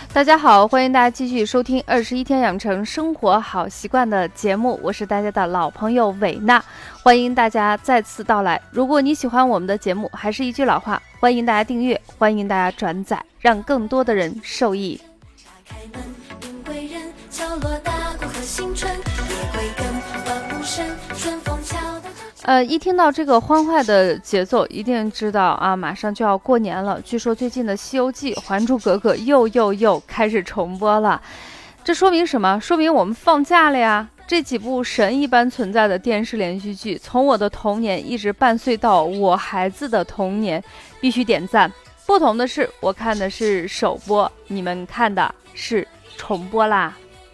大家好，欢迎大家继续收听21天养成生活好习惯的节目，我是大家的老朋友韦娜，欢迎大家再次到来。如果你喜欢我们的节目，还是一句老话，欢迎大家订阅，欢迎大家转载，让更多的人受益。开门迎贵人，敲锣打鼓和新春，夜归根万物生，春风敲打。一听到这个欢快的节奏，一定知道啊，马上就要过年了。据说最近的《西游记》《还珠格格》又开始重播了，这说明什么？说明我们放假了呀！这几部神一般存在的电视连续剧，从我的童年一直伴随到我孩子的童年，必须点赞。不同的是，我看的是首播，你们看的是重播啦。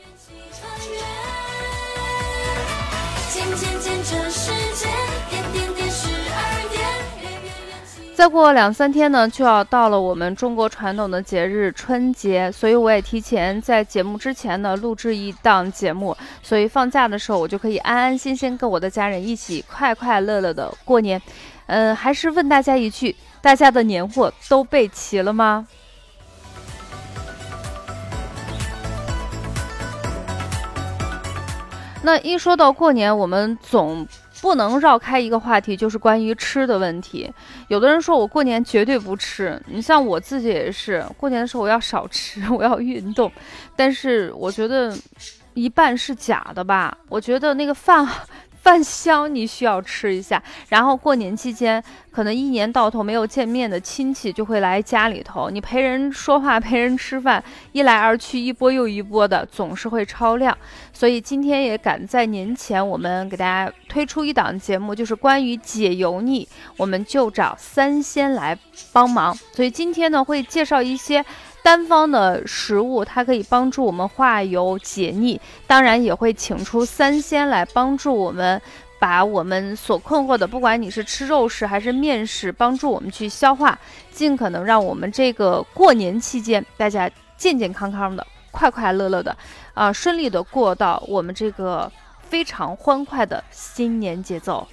再过2-3天呢，就要到了我们中国传统的节日春节，所以我也提前在节目之前呢录制一档节目，所以放假的时候我就可以安安心心跟我的家人一起快快乐乐的过年。还是问大家一句，大家的年货都备齐了吗？那一说到过年，我们总不能绕开一个话题，就是关于吃的问题。有的人说我过年绝对不吃，你像我自己也是，过年的时候我要少吃，我要运动，但是我觉得一半是假的吧。我觉得那个饭香你需要吃一下，然后过年期间可能一年到头没有见面的亲戚就会来家里头，你陪人说话陪人吃饭，一来二去一波又一波的，总是会超量。所以今天也赶在年前，我们给大家推出一档节目，就是关于解油腻，我们就找3鲜来帮忙。所以今天呢会介绍一些单方的食物，它可以帮助我们化油解腻，当然也会请出3鲜来帮助我们把我们所困惑的，不管你是吃肉食还是面食，帮助我们去消化，尽可能让我们这个过年期间大家健健康康的快快乐乐的顺利的过到我们这个非常欢快的新年节奏。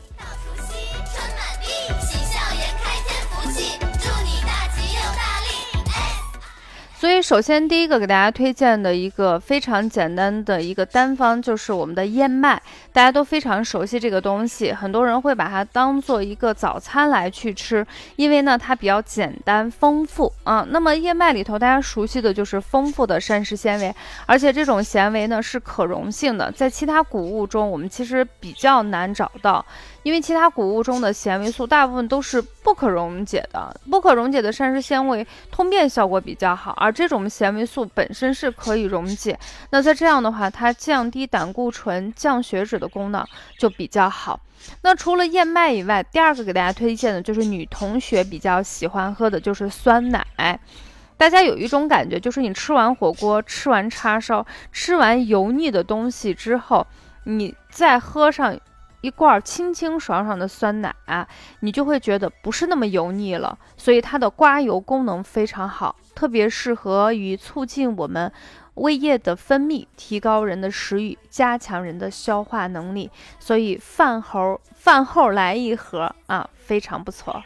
所以首先第一个给大家推荐的一个非常简单的一个单方，就是我们的燕麦。大家都非常熟悉这个东西，很多人会把它当做一个早餐来去吃，因为呢它比较简单丰富那么燕麦里头大家熟悉的就是丰富的膳食纤维，而且这种纤维呢是可溶性的，在其他谷物中我们其实比较难找到，因为其他谷物中的纤维素大部分都是不可溶解的，不可溶解的膳食纤维通便效果比较好，而这种纤维素本身是可以溶解，那在这样的话它降低胆固醇降血脂的功能就比较好。那除了燕麦以外，第二个给大家推荐的就是女同学比较喜欢喝的就是酸奶。大家有一种感觉，就是你吃完火锅吃完叉烧吃完油腻的东西之后，你再喝上一罐清清爽爽的酸奶你就会觉得不是那么油腻了，所以它的刮油功能非常好，特别适合于促进我们胃液的分泌，提高人的食欲，加强人的消化能力，所以饭后来一盒非常不错。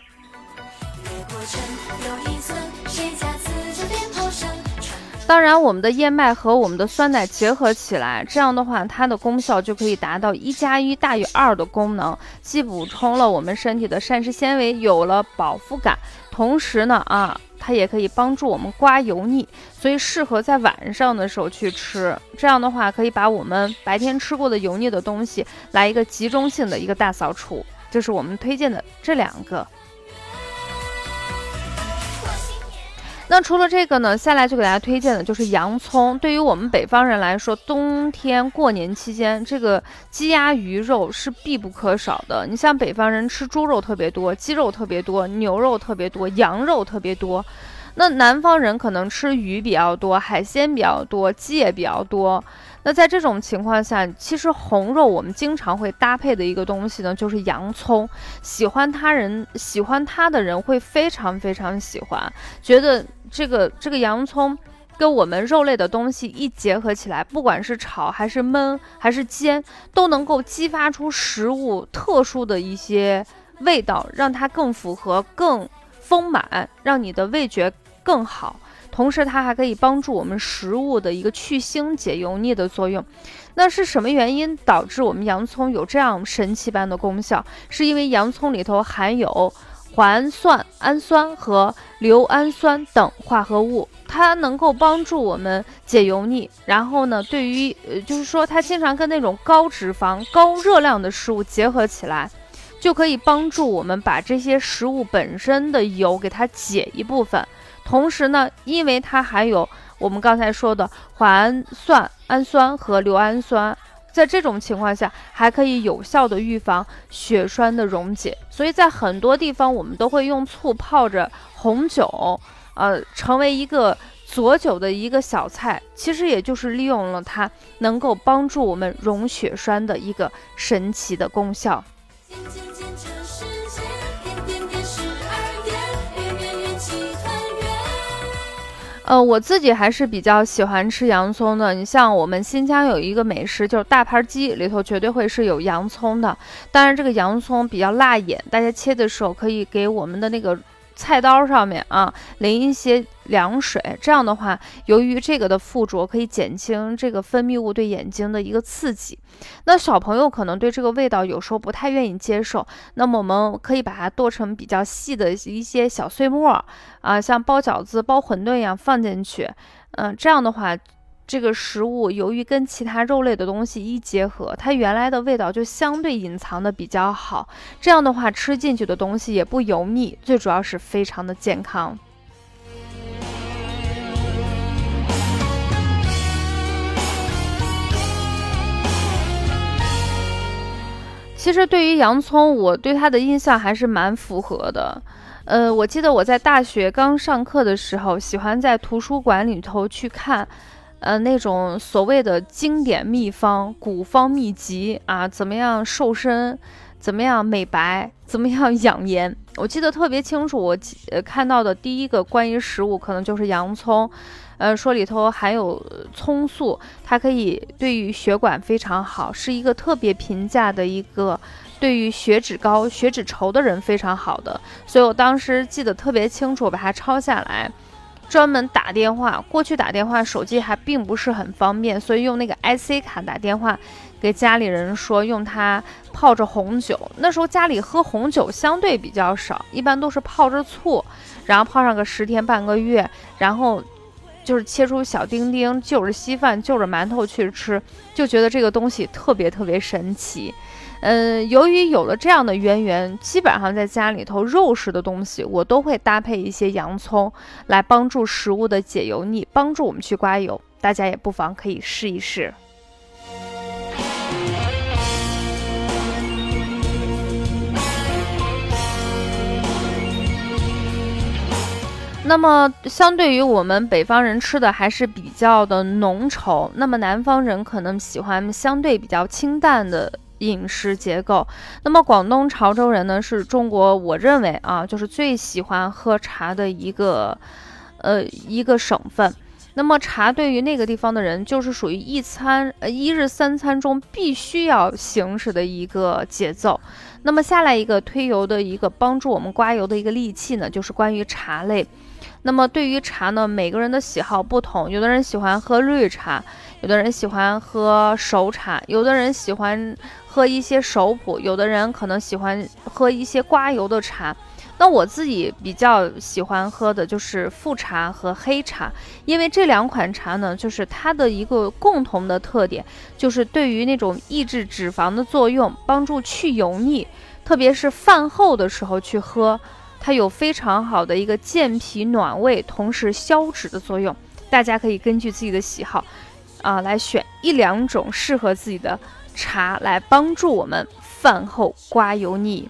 当然我们的燕麦和我们的酸奶结合起来，这样的话它的功效就可以达到1+1大于2的功能，既补充了我们身体的膳食纤维，有了饱腹感，同时呢它也可以帮助我们刮油腻，所以适合在晚上的时候去吃，这样的话可以把我们白天吃过的油腻的东西来一个集中性的一个大扫除，这是我们推荐的这2个。那除了这个呢，下来就给大家推荐的就是洋葱。对于我们北方人来说，冬天过年期间，这个鸡鸭鱼肉是必不可少的。你像北方人吃猪肉特别多，鸡肉特别多，牛肉特别多，羊肉特别多。那南方人可能吃鱼比较多，海鲜比较多，鸡也比较多。那在这种情况下，其实红肉我们经常会搭配的一个东西呢，就是洋葱。喜欢它的人会非常非常喜欢，觉得这个洋葱跟我们肉类的东西一结合起来，不管是炒还是焖还是煎，都能够激发出食物特殊的一些味道，让它更符合更丰满，让你的味觉更好。同同时它还可以帮助我们食物的一个去腥解油腻的作用。那是什么原因导致我们洋葱有这样神奇般的功效？是因为洋葱里头含有环酸氨酸和硫氨酸等化合物，它能够帮助我们解油腻。然后呢，对于就是说它经常跟那种高脂肪高热量的食物结合起来，就可以帮助我们把这些食物本身的油给它解一部分。同时呢，因为它还有我们刚才说的环酸氨酸和硫氨酸，在这种情况下还可以有效的预防血栓的溶解。所以在很多地方我们都会用醋泡着红酒，成为一个佐酒的一个小菜，其实也就是利用了它能够帮助我们溶血栓的一个神奇的功效。我自己还是比较喜欢吃洋葱的。你像我们新疆有一个美食，就是大盘鸡，里头绝对会是有洋葱的。当然，这个洋葱比较辣眼，大家切的时候可以给我们的那个菜刀上面淋一些凉水，这样的话，由于这个的附着，可以减轻这个分泌物对眼睛的一个刺激。那小朋友可能对这个味道有时候不太愿意接受，那么我们可以把它剁成比较细的一些小碎末像包饺子、包馄饨一样放进去，这样的话，这个食物由于跟其他肉类的东西一结合，它原来的味道就相对隐藏的比较好。这样的话，吃进去的东西也不油腻，最主要是非常的健康。其实对于洋葱，我对它的印象还是蛮符合的。我记得我在大学刚上课的时候，喜欢在图书馆里头去看，那种所谓的经典秘方、古方秘籍怎么样瘦身，怎么样美白，怎么样养颜。我记得特别清楚，我看到的第一个关于食物可能就是洋葱。说里头含有葱素，它可以对于血管非常好，是一个特别平价的一个对于血脂高、血脂稠的人非常好的。所以我当时记得特别清楚，我把它抄下来，专门打电话。过去打电话手机还并不是很方便，所以用那个 IC 卡打电话给家里人说，用它泡着红酒。那时候家里喝红酒相对比较少，一般都是泡着醋，然后泡上个10天半个月，然后就是切出小丁丁，就着稀饭就着馒头去吃，就觉得这个东西特别特别神奇。由于有了这样的渊源，基本上在家里头肉食的东西我都会搭配一些洋葱，来帮助食物的解油腻，帮助我们去刮油。大家也不妨可以试一试。那么相对于我们北方人吃的还是比较的浓稠，那么南方人可能喜欢相对比较清淡的饮食结构。那么广东潮州人呢，是中国我认为就是最喜欢喝茶的一个省份。那么茶对于那个地方的人，就是属于一日3餐中必须要行使的一个节奏。那么下来一个推油的一个帮助我们刮油的一个利器呢，就是关于茶类。那么对于茶呢，每个人的喜好不同，有的人喜欢喝绿茶，有的人喜欢喝熟茶，有的人喜欢喝一些熟普，有的人可能喜欢喝一些刮油的茶。那我自己比较喜欢喝的就是富茶和黑茶，因为这2款茶呢，就是它的一个共同的特点，就是对于那种抑制脂肪的作用，帮助去油腻，特别是饭后的时候去喝，它有非常好的一个健脾暖胃，同时消脂的作用。大家可以根据自己的喜好来选1-2种适合自己的茶，来帮助我们饭后刮油腻。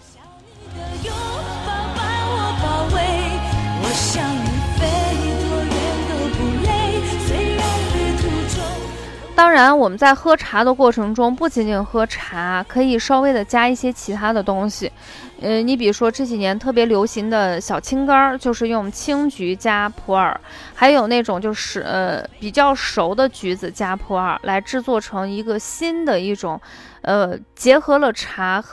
当然我们在喝茶的过程中，不仅仅喝茶，可以稍微的加一些其他的东西。你比如说这几年特别流行的小青柑，就是用青桔加普洱，还有那种就是比较熟的橘子加普洱，来制作成一个新的一种结合了茶和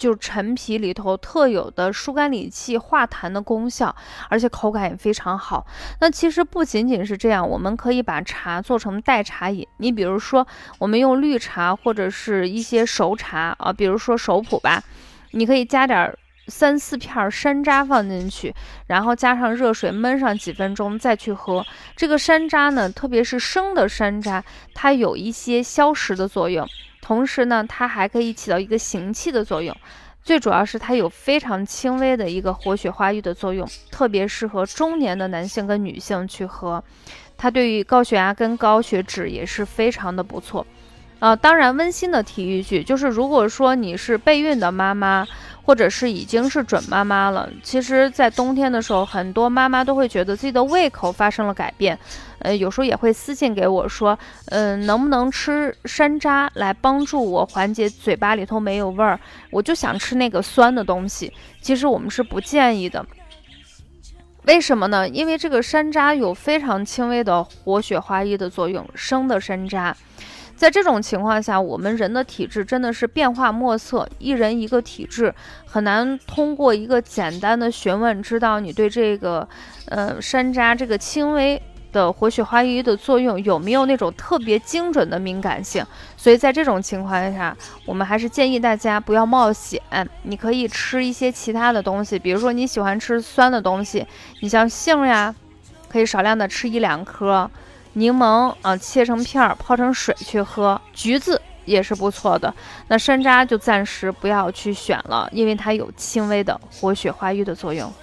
就陈皮里头特有的疏肝理气、化痰的功效，而且口感也非常好。那其实不仅仅是这样，我们可以把茶做成代茶饮。你比如说，我们用绿茶或者是一些熟茶啊，比如说熟普吧，你可以加点3-4片山楂放进去，然后加上热水焖上几分钟再去喝。这个山楂呢，特别是生的山楂，它有一些消食的作用。同时呢，它还可以起到一个行气的作用，最主要是它有非常轻微的一个活血化瘀的作用，特别适合中年的男性跟女性去喝。它对于高血压跟高血脂也是非常的不错。当然温馨的提一句，就是如果说你是备孕的妈妈，或者是已经是准妈妈了，其实在冬天的时候，很多妈妈都会觉得自己的胃口发生了改变，有时候也会私信给我说，能不能吃山楂来帮助我缓解嘴巴里头没有味儿，我就想吃那个酸的东西。其实我们是不建议的。为什么呢？因为这个山楂有非常轻微的活血化瘀的作用，生的山楂。在这种情况下，我们人的体质真的是变化莫测，一人一个体质，很难通过一个简单的询问知道你对这个山楂这个轻微的活血化瘀的作用有没有那种特别精准的敏感性。所以在这种情况下，我们还是建议大家不要冒险，你可以吃一些其他的东西，比如说你喜欢吃酸的东西，你像杏呀，可以少量的吃1-2颗。柠檬切成片儿泡成水去喝，橘子也是不错的。那山楂就暂时不要去选了，因为它有轻微的活血化瘀的作用。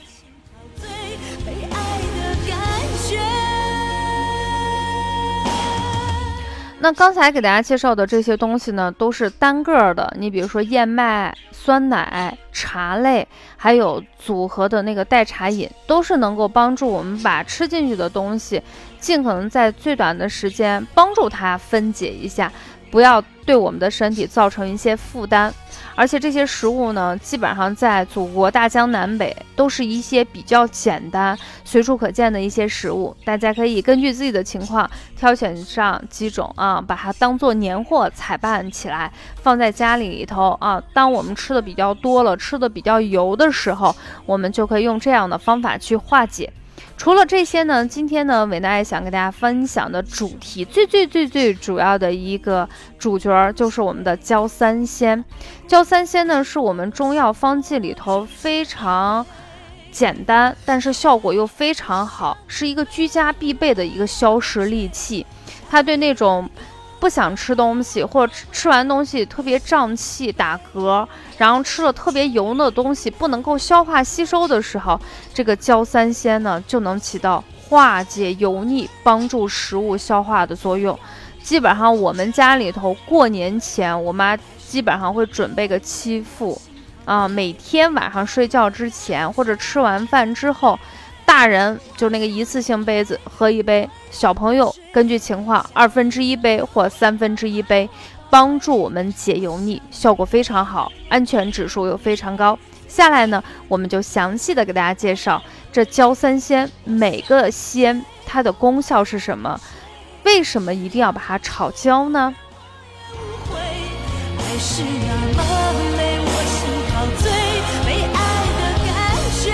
那刚才给大家介绍的这些东西呢，都是单个的，你比如说燕麦、酸奶、茶类，还有组合的那个代茶饮，都是能够帮助我们把吃进去的东西尽可能在最短的时间帮助它分解一下，不要对我们的身体造成一些负担。而且这些食物呢，基本上在祖国大江南北都是一些比较简单、随处可见的一些食物，大家可以根据自己的情况挑选上几种把它当做年货采办起来，放在家里头当我们吃的比较多了，吃的比较油的时候，我们就可以用这样的方法去化解。除了这些呢，今天呢，伟娜也想跟大家分享的主题，最主要的一个主角就是我们的焦三仙。焦三仙呢，是我们中药方剂里头非常简单，但是效果又非常好，是一个居家必备的一个消食利气。它对那种不想吃东西，或者吃完东西特别胀气打嗝，然后吃了特别油的东西不能够消化吸收的时候，这个焦三仙呢就能起到化解油腻、帮助食物消化的作用。基本上我们家里头过年前，我妈基本上会准备个7副每天晚上睡觉之前或者吃完饭之后，大人就那个一次性杯子喝一杯，小朋友根据情况1/2杯或1/3杯，帮助我们解油腻，效果非常好，安全指数又非常高。下来呢，我们就详细的给大家介绍这焦三仙每个仙它的功效是什么，为什么一定要把它炒焦呢？还是那么累，我心陶醉，被爱的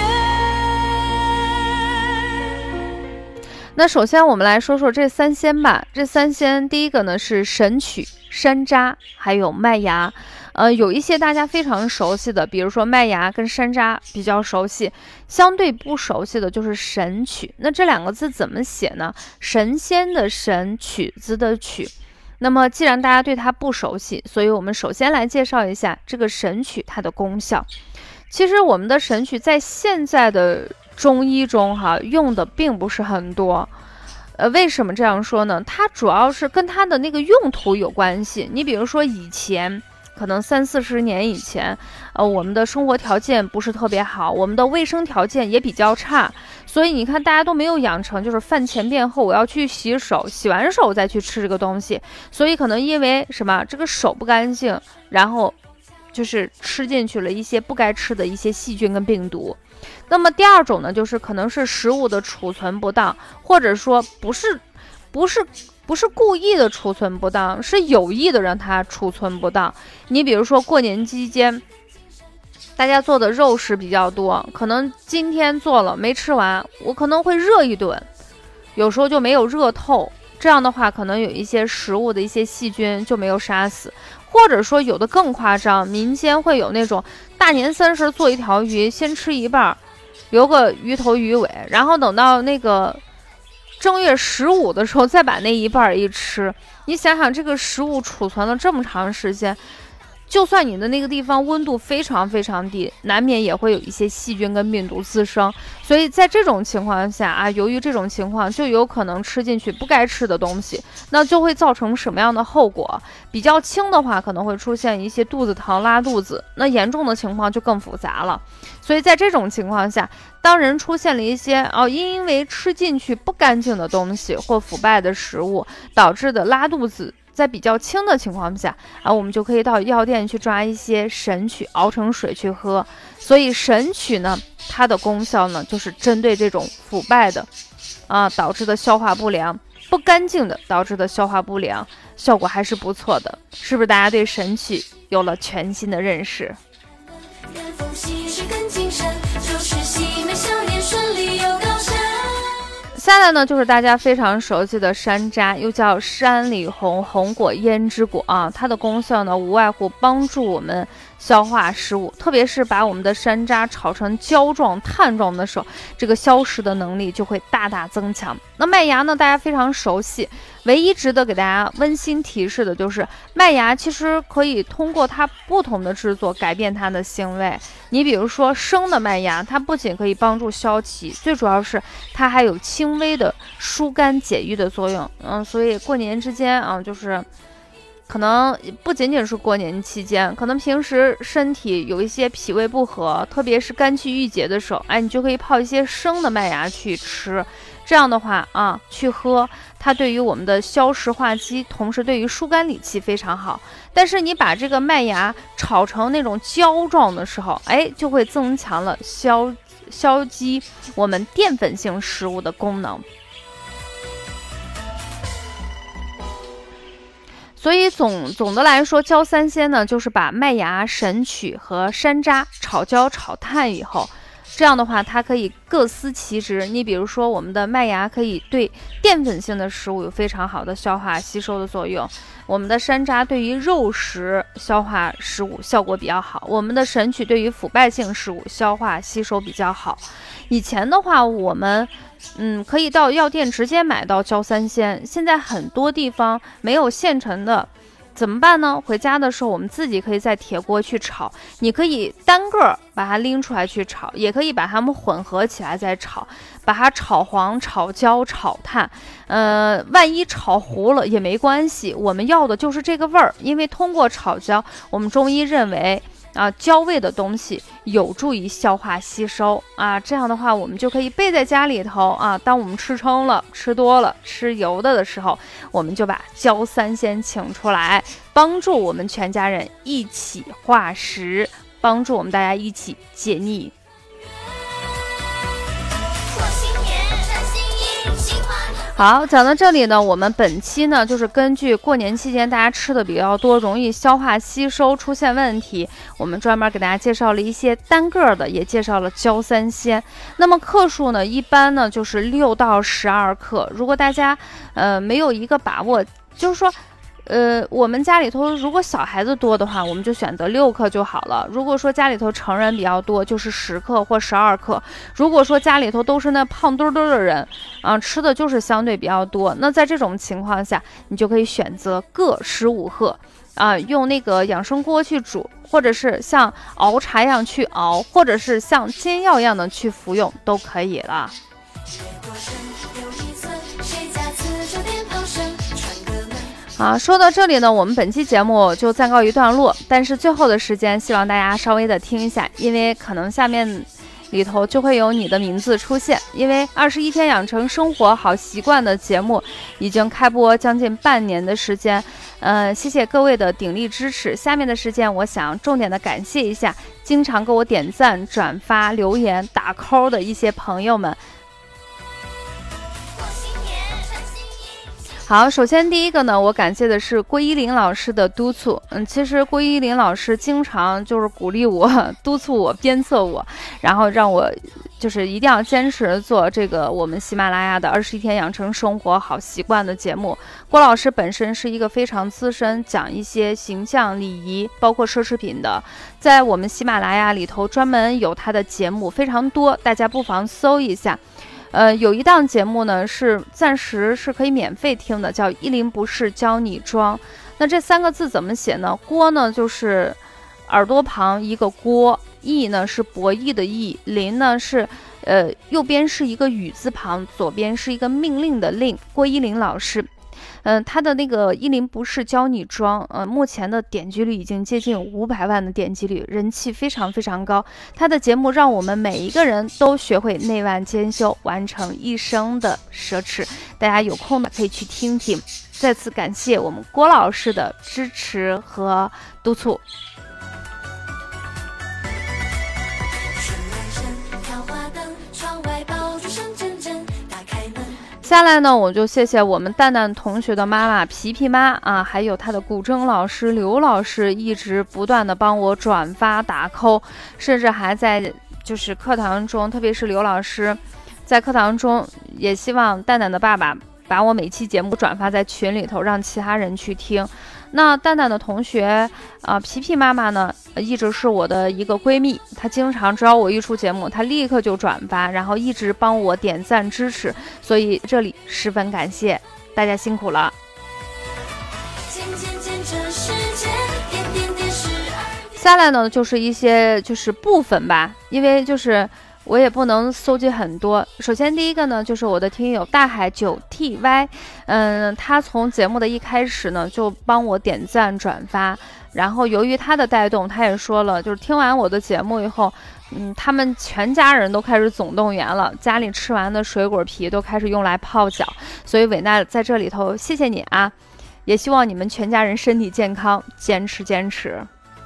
感觉。那首先我们来说说这3仙吧。这3仙第一个呢是神曲、山楂还有麦芽。有一些大家非常熟悉的，比如说麦芽跟山楂比较熟悉，相对不熟悉的就是神曲。那这2个字怎么写呢？神仙的神，曲子的曲。那么既然大家对它不熟悉，所以我们首先来介绍一下这个神曲它的功效。其实我们的神曲在现在的中医中用的并不是很多。为什么这样说呢？它主要是跟它的那个用途有关系。你比如说以前可能30-40年以前，我们的生活条件不是特别好，我们的卫生条件也比较差，所以你看大家都没有养成就是饭前便后我要去洗手，洗完手再去吃这个东西，所以可能因为什么这个手不干净，然后就是吃进去了一些不该吃的一些细菌跟病毒。那么第二种呢，就是可能是食物的储存不当，或者说不是故意的储存不当，是有意的让它储存不当。你比如说过年期间大家做的肉食比较多，可能今天做了没吃完，我可能会热一顿，有时候就没有热透，这样的话可能有一些食物的一些细菌就没有杀死。或者说有的更夸张，民间会有那种大年30做一条鱼，先吃一半，留个鱼头鱼尾，然后等到那个正月15的时候再把那一半一吃。你想想这个食物储存了这么长时间，就算你的那个地方温度非常非常低，难免也会有一些细菌跟病毒滋生。所以在这种情况下啊，由于这种情况就有可能吃进去不该吃的东西，那就会造成什么样的后果？比较轻的话可能会出现一些肚子疼、拉肚子，那严重的情况就更复杂了。所以在这种情况下，当人出现了一些因为吃进去不干净的东西或腐败的食物导致的拉肚子，在比较轻的情况下我们就可以到药店去抓一些神曲，熬成水去喝。所以神曲呢，它的功效呢，就是针对这种腐败的导致的消化不良、不干净的导致的消化不良，效果还是不错的。是不是大家对神曲有了全新的认识？下来呢，就是大家非常熟悉的山楂，又叫山里红、红果、胭脂果它的功效呢，无外乎帮助我们消化食物，特别是把我们的山楂炒成胶状、碳状的时候，这个消食的能力就会大大增强。那麦芽呢，大家非常熟悉，唯一值得给大家温馨提示的就是麦芽其实可以通过它不同的制作改变它的腥味。你比如说生的麦芽，它不仅可以帮助消气，最主要是它还有轻微的疏肝解郁的作用。所以过年之间就是可能不仅仅是过年期间，可能平时身体有一些脾胃不和，特别是肝气郁结的时候，你就可以泡一些生的麦芽去吃。这样的话去喝，它对于我们的消食化积，同时对于疏肝理气非常好。但是你把这个麦芽炒成那种胶状的时候，就会增强了消积我们淀粉性食物的功能。所以总的来说，焦三鲜呢，就是把麦芽、神曲和山楂炒焦、炒炭以后，这样的话它可以各司其职。你比如说我们的麦芽可以对淀粉性的食物有非常好的消化吸收的作用，我们的山楂对于肉食消化食物效果比较好，我们的神曲对于腐败性食物消化吸收比较好。以前的话我们可以到药店直接买到焦三鲜，现在很多地方没有现成的，怎么办呢？回家的时候我们自己可以在铁锅去炒，你可以单个把它拎出来去炒，也可以把它们混合起来再炒，把它炒黄、炒焦、炒炭。万一炒糊了也没关系，我们要的就是这个味儿，因为通过炒焦，我们中医认为焦味的东西有助于消化吸收这样的话我们就可以备在家里头当我们吃撑了、吃多了、吃油的时候，我们就把焦三鲜请出来，帮助我们全家人一起化食，帮助我们大家一起解腻。好，讲到这里呢，我们本期呢就是根据过年期间大家吃的比较多，容易消化吸收出现问题，我们专门给大家介绍了一些单个的，也介绍了焦三鲜。那么克数呢，一般呢就是6到12克。如果大家没有一个把握，就是说我们家里头如果小孩子多的话，我们就选择6克就好了。如果说家里头成人比较多，就是10克或12克。如果说家里头都是那胖墩墩的人吃的就是相对比较多，那在这种情况下，你就可以选择各15克用那个养生锅去煮，或者是像熬茶一样去熬，或者是像煎药一样的去服用都可以了。好，说到这里呢，我们本期节目就暂告一段落，但是最后的时间希望大家稍微的听一下，因为可能下面里头就会有你的名字出现。因为21天养成生活好习惯的节目已经开播将近半年的时间，谢谢各位的鼎力支持。下面的时间我想重点的感谢一下经常给我点赞、转发、留言、打 call 的一些朋友们。 好，首先第一个呢，我感谢的是郭依林老师的督促。其实郭依林老师经常就是鼓励我、督促我、鞭策我，然后让我就是一定要坚持做这个我们喜马拉雅的21天养成生活好习惯的节目。郭老师本身是一个非常资深，讲一些形象、礼仪，包括奢侈品的，在我们喜马拉雅里头专门有他的节目非常多，大家不妨搜一下。有一档节目呢是暂时是可以免费听的，叫依林不是教你装。那这3个字怎么写呢？郭呢就是耳朵旁一个郭，义呢是博弈的义，林呢是右边是一个雨字旁，左边是一个命令的令。郭依林老师。他的那个依林不是教你装，目前的点击率已经接近500万的点击率，人气非常非常高。他的节目让我们每一个人都学会内外兼修，完成一生的奢侈。大家有空的可以去听听。再次感谢我们郭老师的支持和督促。下来呢，我就谢谢我们蛋蛋同学的妈妈皮皮妈啊，还有他的古筝老师刘老师，一直不断的帮我转发打 call， 甚至还在就是课堂中，特别是刘老师在课堂中也希望蛋蛋的爸爸把我每期节目转发在群里头，让其他人去听。那蛋蛋的同学皮皮妈妈呢，一直是我的一个闺蜜，她经常只要我一出节目，她立刻就转发，然后一直帮我点赞支持，所以这里十分感谢大家，辛苦了。下来呢就是一些就是部分吧，因为就是我也不能搜集很多。首先第一个呢，就是我的听友大海9TY，他从节目的一开始呢就帮我点赞转发，然后由于他的带动，他也说了，就是听完我的节目以后，他们全家人都开始总动员了，家里吃完的水果皮都开始用来泡脚，所以伟娜在这里头谢谢你啊，也希望你们全家人身体健康，坚持坚持。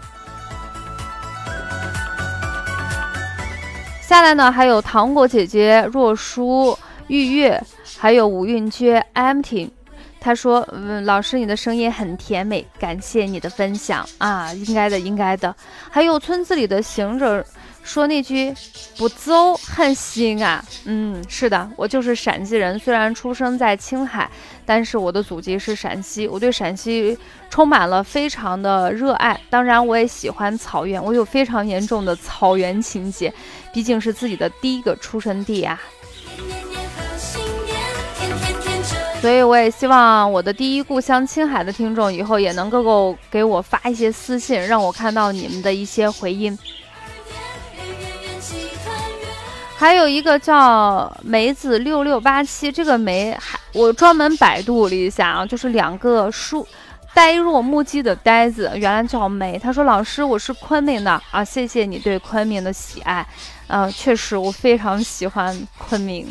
下来呢，还有糖果姐姐、若书、玉月，还有吴韵娟、Empty。他说：“老师，你的声音很甜美，感谢你的分享啊，应该的，应该的。”还有村子里的行者说那句“不走很新啊”，是的，我就是陕西人，虽然出生在青海，但是我的祖籍是陕西，我对陕西充满了非常的热爱。当然，我也喜欢草原，我有非常严重的草原情节，毕竟是自己的第一个出生地啊。所以我也希望我的第一故乡青海的听众以后也能够给我发一些私信，让我看到你们的一些回音。还有一个叫梅子6687，这个梅我专门百度了一下啊，就是2个呆若木鸡的呆字，原来叫梅。他说：“老师，我是昆明的啊，谢谢你对昆明的喜爱。”确实我非常喜欢昆明。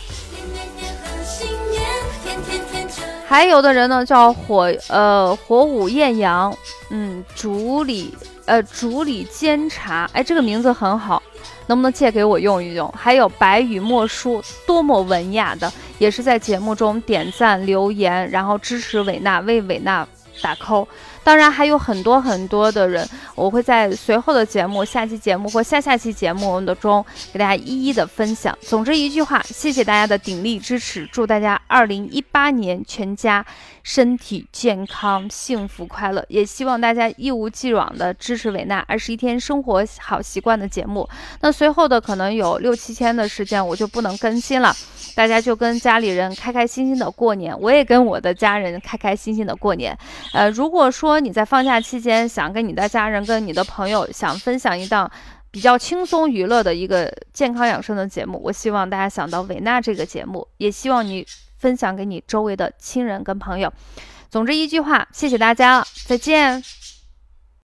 还有的人呢叫火舞艳阳，竹里煎茶，哎，这个名字很好，能不能借给我用一用？还有白羽墨书，多么文雅的，也是在节目中点赞留言，然后支持伟娜，为伟娜打 call。当然还有很多很多的人，我会在随后的节目、下期节目或下期节目的中给大家一一的分享。总之一句话，谢谢大家的鼎力支持，祝大家2018年全家身体健康、幸福快乐。也希望大家一无既往的支持伟娜21天生活好习惯的节目。那随后的可能有6-7天的时间我就不能更新了，大家就跟家里人开开心心的过年，我也跟我的家人开开心心的过年。如果说你在放假期间想跟你的家人、跟你的朋友想分享一档比较轻松娱乐的一个健康养生的节目，我希望大家想到伟娜这个节目，也希望你分享给你周围的亲人跟朋友。总之一句话，谢谢大家了，再见。